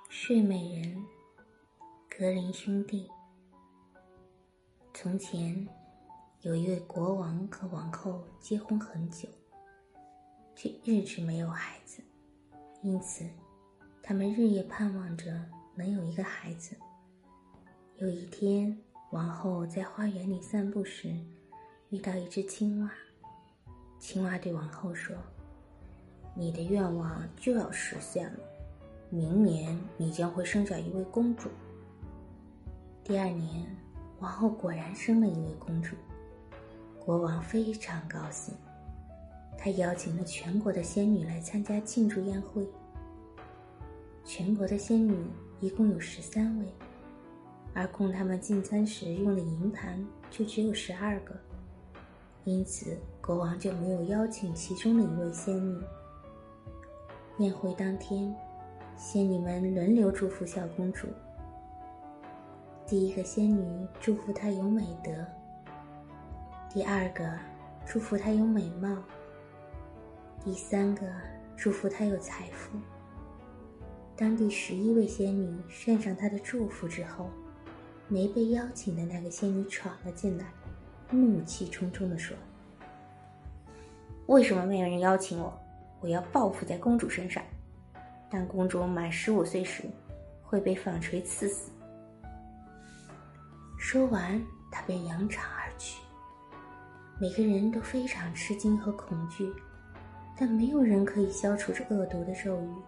睡美人，格林兄弟。从前有一位国王和王后结婚很久，却一直没有孩子，因此他们日夜盼望着能有一个孩子。有一天，王后在花园里散步时遇到一只青蛙。青蛙对王后说：你的愿望就要实现了，明年你将会生下一位公主。第二年，王后果然生了一位公主。国王非常高兴，他邀请了全国的仙女来参加庆祝宴会。全国的仙女一共有13位，而供他们进餐时用的银盘就只有12个，因此国王就没有邀请其中的一位仙女。宴会当天，仙女们轮流祝福小公主。第一个仙女祝福她有美德，第二个祝福她有美貌，第三个祝福她有财富。当第11位仙女献上她的祝福之后，没被邀请的那个仙女闯了进来，怒气冲冲地说：为什么没有人邀请我？我要报复在公主身上。当公主满15岁时，会被纺锤刺死。说完，她便扬长而去。每个人都非常吃惊和恐惧，但没有人可以消除这恶毒的咒语。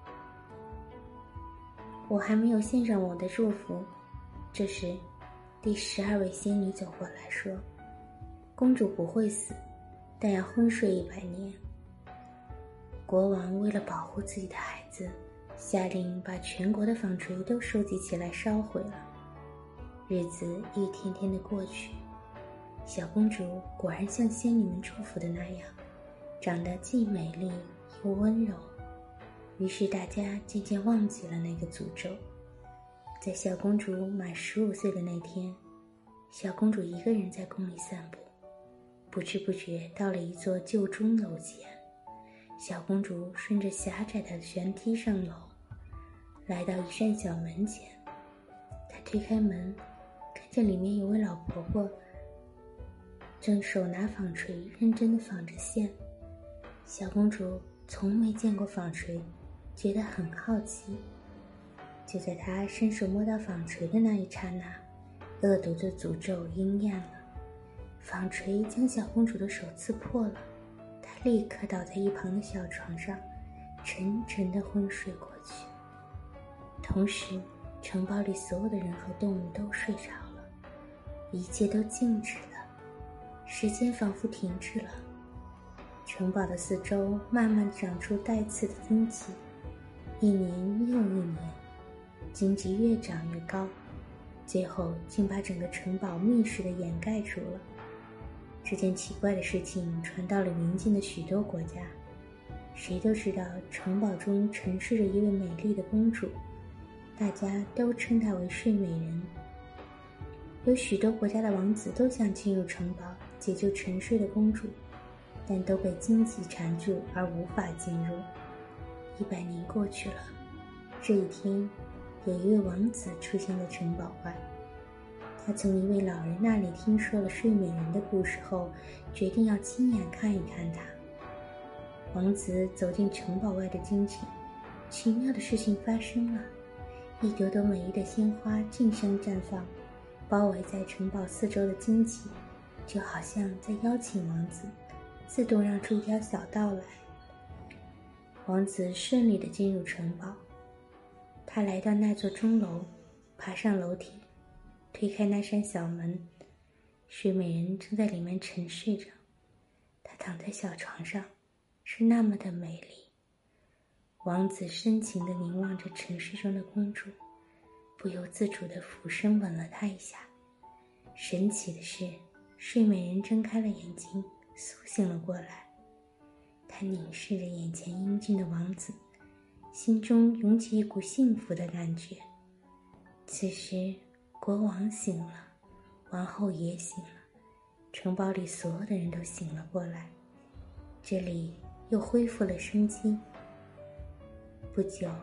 我还没有献上我的祝福，这时第12位仙女走过来说：公主不会死，但要昏睡100年。国王为了保护自己的孩子，下令把全国的纺锤都收集起来烧毁了。日子一天天的过去，小公主果然像仙女们祝福的那样，长得既美丽又温柔。于是大家渐渐忘记了那个诅咒。在小公主满15岁的那天，小公主一个人在宫里散步，不知不觉到了一座旧钟楼前。小公主顺着狭窄的悬梯上楼，来到一扇小门前。她推开门，看见里面有位老婆婆正手拿纺锤认真地纺着线。小公主从没见过纺锤，觉得很好奇。就在她伸手摸到纺锤的那一刹那，恶毒的诅咒应验了，纺锤将小公主的手刺破了。她立刻倒在一旁的小床上，沉沉地昏睡过去。同时，城堡里所有的人和动物都睡着了，一切都静止了，时间仿佛停滞了。城堡的四周慢慢长出带刺的荆棘，一年又一年，荆棘越长越高，最后竟把整个城堡密实地掩盖住了。这件奇怪的事情传到了邻近的许多国家，谁都知道城堡中沉睡着一位美丽的公主，大家都称她为睡美人。有许多国家的王子都想进入城堡解救沉睡的公主，但都被荆棘缠住而无法进入。100年过去了，这一天，有一位王子出现在城堡外。他从一位老人那里听说了睡美人的故事后，决定要亲眼看一看她。王子走进城堡外的荆棘，奇妙的事情发生了。一朵朵美丽的鲜花竞相绽放，包围在城堡四周的荆棘就好像在邀请王子自动让出一条小道来。王子顺利地进入城堡，他来到那座钟楼，爬上楼梯，推开那扇小门。睡美人正在里面沉睡着，她躺在小床上，是那么的美丽。王子深情地凝望着沉睡中的公主，不由自主地俯身吻了她一下。神奇的是，睡美人睁开了眼睛，苏醒了过来。她凝视着眼前英俊的王子，心中涌起一股幸福的感觉。此时，国王醒了，王后也醒了，城堡里所有的人都醒了过来，这里又恢复了生机。不久，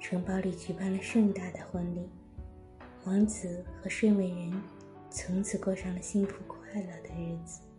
城堡里举办了盛大的婚礼，王子和睡美人从此过上了幸福快乐的日子。